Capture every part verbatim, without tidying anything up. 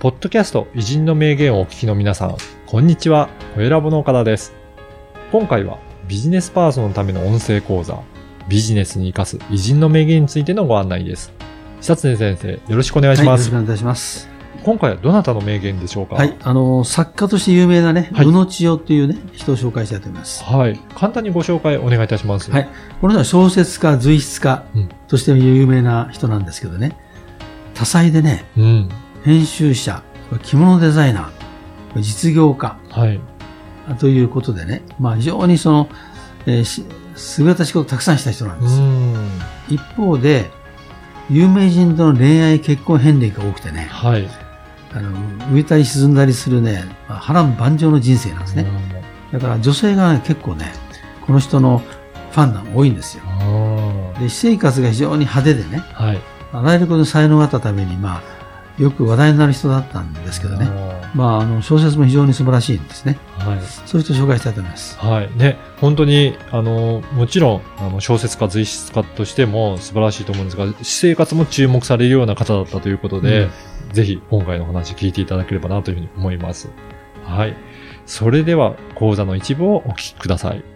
ポッドキャスト偉人の名言をお聞きの皆さん、こんにちは。小ラボの岡田です。今回はビジネスパーソンのための音声講座、ビジネスに生かす偉人の名言についてのご案内です。久常先生、よろしくお願いします。 はい、よろしくお願いいたします。 今回はどなたの名言でしょうか？ はい、あの作家として有名なね、 はい、 宇野千代というね人を紹介したいと思います。 はい、簡単にご紹介お願いいたします。 はい、この人は小説家、随筆家として有名な人なんですけどね、多彩でね、うん、編集者、着物デザイナー、実業家、はい、ということでね、まあ非常にその、えー、優れた仕事をたくさんした人なんです。うん、一方で有名人との恋愛結婚遍歴が多くてね、はい、あの浮いたり沈んだりするね、波乱万丈の人生なんですね。だから女性が、ね、結構ねこの人のファンが多いんですよ。で私生活が非常に派手でね、はい、あらゆることに才能があったために、まあ、よく話題になる人だったんですけどね、まあ、あの小説も非常に素晴らしいんですね。はい、そういう人を紹介したいと思います。 はいね、本当にあのもちろんあの小説家、随筆家としても素晴らしいと思うんですが、私生活も注目されるような方だったということで、うん、ぜひ今回のお話聞いていただければなというふうに思います。はい、それでは講座の一部をお聞きください。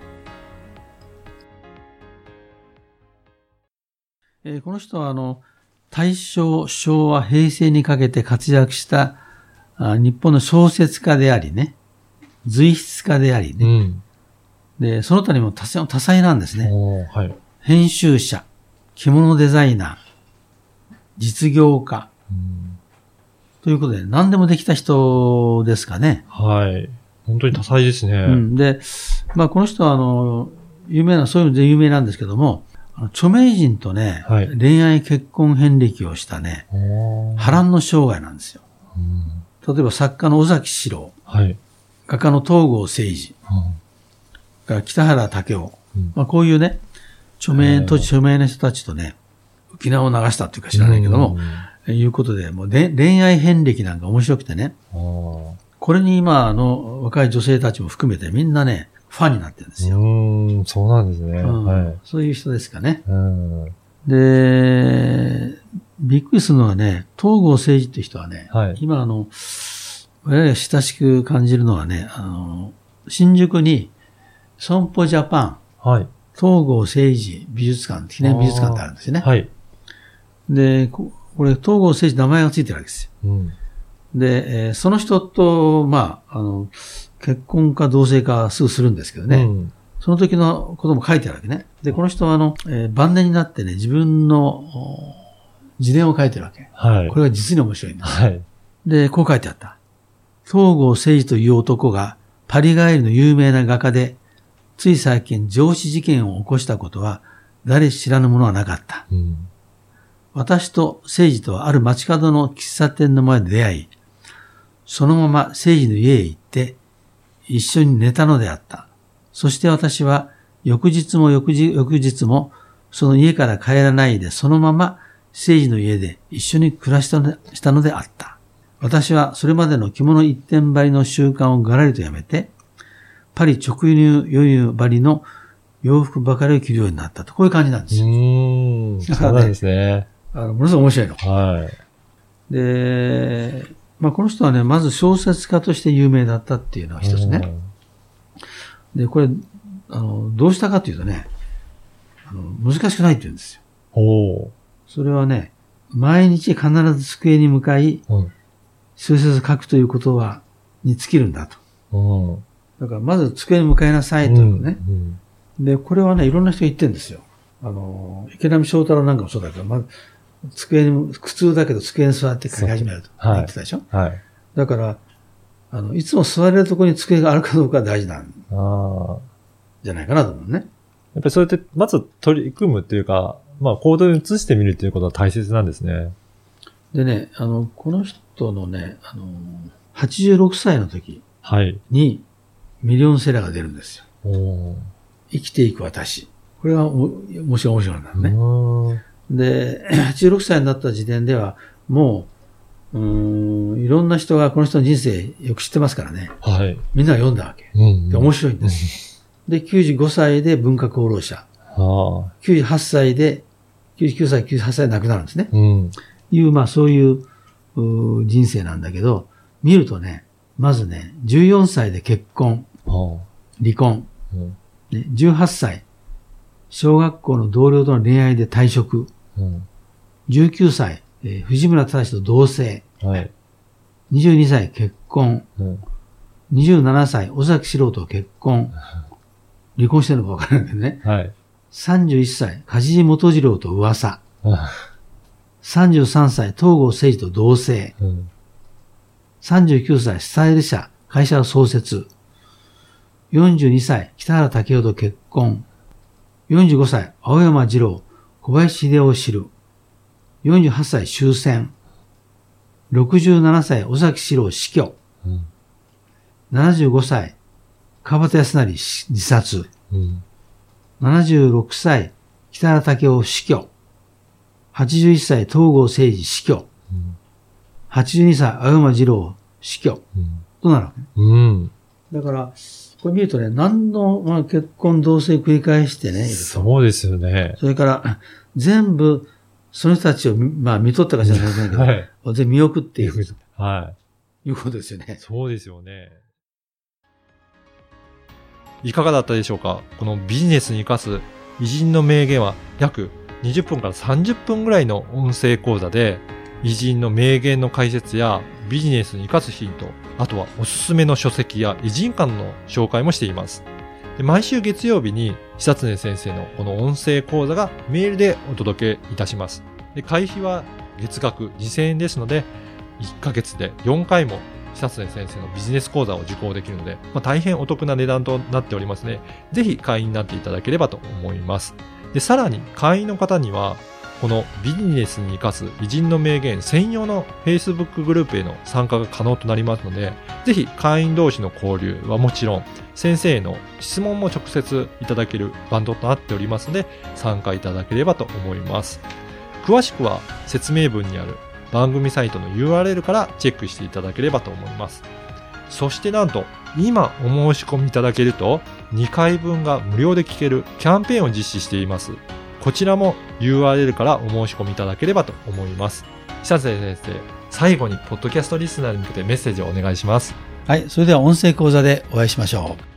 えー、この人はあの大正、昭和、平成にかけて活躍したあ日本の小説家でありね、随筆家でありね、うん、でその他にも多彩、多彩なんですね。はい、編集者、着物デザイナー、実業家、うん、ということで何でもできた人ですかね。 はい、本当に多彩ですね。うん、 で、まあこの人はあの有名な、そういうので有名なんですけども、著名人とね、はい、恋愛結婚遍歴をしたね、波乱の生涯なんですよ。うん、例えば作家の尾崎史郎、はい、画家の東郷誠二、うん、北原武雄、うん、まあ、こういうね、著名、当時著名な人たちとね、浮き名を流したっていうか知らないけども、うん、いうことで、もうで恋愛遍歴なんか面白くてね、これに今、あの、若い女性たちも含めてみんなね、ファンになってるんですよ。 うん、そうなんですね。うん、はい、そういう人ですかね。うん、で、びっくりするのはね、東郷誠二っていう人はね、はい、今あの、我々が親しく感じるのはね、あの、新宿に、損保ジャパン、はい、東郷誠二美術館、記念美術館ってあるんですよね。はい、で、これ、東郷誠二名前がついてるわけですよ。うん、で、えー、その人と、まあ、あの、結婚か同棲かすぐするんですけどね、うん、その時のことも書いてあるわけね。で、この人はあの、えー、晩年になってね、自分の自伝を書いてるわけ。はい、これが実に面白いんです。はい、で、こう書いてあった。東郷誠二という男がパリ帰りの有名な画家で、つい最近上司事件を起こしたことは誰知らぬものはなかった。うん、私と誠二とはある街角の喫茶店の前で出会い、そのまま誠二の家へ行って、一緒に寝たのであった。そして私は翌日も翌日、翌日もその家から帰らないでそのまま誠二の家で一緒に暮らしたので、したのであった。私はそれまでの着物一点張りの習慣をがらりとやめて、パリ直輸入余裕張りの洋服ばかりを着るようになったと。こういう感じなんですよ。うーん、そうなんですね。 あの、ものすごく面白いの。 はい。 で、まあ、この人はね、まず小説家として有名だったっていうのが一つね。で、これ、あの、どうしたかというとね、あの、難しくないって言うんですよ。おそれはね、毎日必ず机に向かい、うん、小説書くということは、に尽きるんだと。うん、だから、まず机に向かいなさいというね、うんうん。で、これはね、いろんな人が言ってるんですよ。あの、池波正太郎なんかもそうだけど、まず、机に、苦痛だけど机に座って書き始めると言ってたでしょ。はい。はい、だから、あの、いつも座れるところに机があるかどうかが大事なんじゃないかなと思うね。 やっぱりそうやって、まず取り組むっていうか、まあ行動に移してみるっていうことは大切なんですね。 でね、あの、この人のね、あの、はちじゅうろくさいの時にミリオンセラーが出るんですよ。お生きていく私。これはお面白い面白いんだね。で、はちじゅうろくさいになった時点では、もう、うーん、いろんな人がこの人の人生よく知ってますからね。はい。みんなが読んだわけ。うんうん、で、面白いんです。で、きゅうじゅうごさいで文化功労者。はあ、きゅうじゅうはっさいで、きゅうじゅうきゅうさい、きゅうじゅうはっさいで亡くなるんですね。うん。いう、まあそういう、 人生なんだけど、見るとね、まずね、じゅうよんさいで結婚、離婚、ね、じゅうはっさい、小学校の同僚との恋愛で退職、じゅうきゅうさい、えー、藤村忠と同棲、はい、にじゅうにさい結婚、にじゅうななさい尾崎史郎と結婚、離婚してるのかわからないけどね、はい、さんじゅういっさい梶地元次郎と噂、さんじゅうさんさい東郷誠二と同棲、うん、さんじゅうきゅうさいスタイル社会社を創設、よんじゅうにさい北原武雄と結婚、よんじゅうごさい青山二郎小林秀夫を知る、よんじゅうはっさい終戦、ろくじゅうななさい尾崎史郎死去、うん、ななじゅうごさい川端康成自殺、うん、ななじゅうろくさい北原武雄死去、はちじゅういっさい東郷誠二死去、うん、はちじゅうにさい青山二郎死去、うん、となるわけ、うん。だから、これ見るとね、何度、まあ、結婚同棲繰り返してね。 そうですよね。 それから、全部、その人たちを、まあ、見とったかしらないけど、はい、全部見送っていく。はい。いうことですよね。 そうですよね。いかがだったでしょうか？このビジネスに生かす偉人の名言は約にじゅっぷんからさんじゅっぷんぐらいの音声講座で、偉人の名言の解説やビジネスに生かすヒント、あとはおすすめの書籍や偉人館の紹介もしています。で、毎週月曜日に久常先生のこの音声講座がメールでお届けいたします。で、会費は月額にせんえんですので、いっかげつでよんかいも久常先生のビジネス講座を受講できるので、まあ、大変お得な値段となっておりますね。ぜひ会員になっていただければと思います。で、さらに会員の方には、このビジネスに生かす偉人の名言専用の Facebook グループへの参加が可能となりますので、ぜひ会員同士の交流はもちろん、先生への質問も直接いただけるバンドとなっておりますので、参加いただければと思います。詳しくは説明文にある番組サイトの ユーアールエル からチェックしていただければと思います。そしてなんと、今お申し込みいただけるとにかいぶんが無料で聞けるキャンペーンを実施しています。こちらも ユーアールエル からお申し込みいただければと思います。久常先生、最後にポッドキャストリスナーに向けてメッセージをお願いします。 はい、それでは音声講座でお会いしましょう。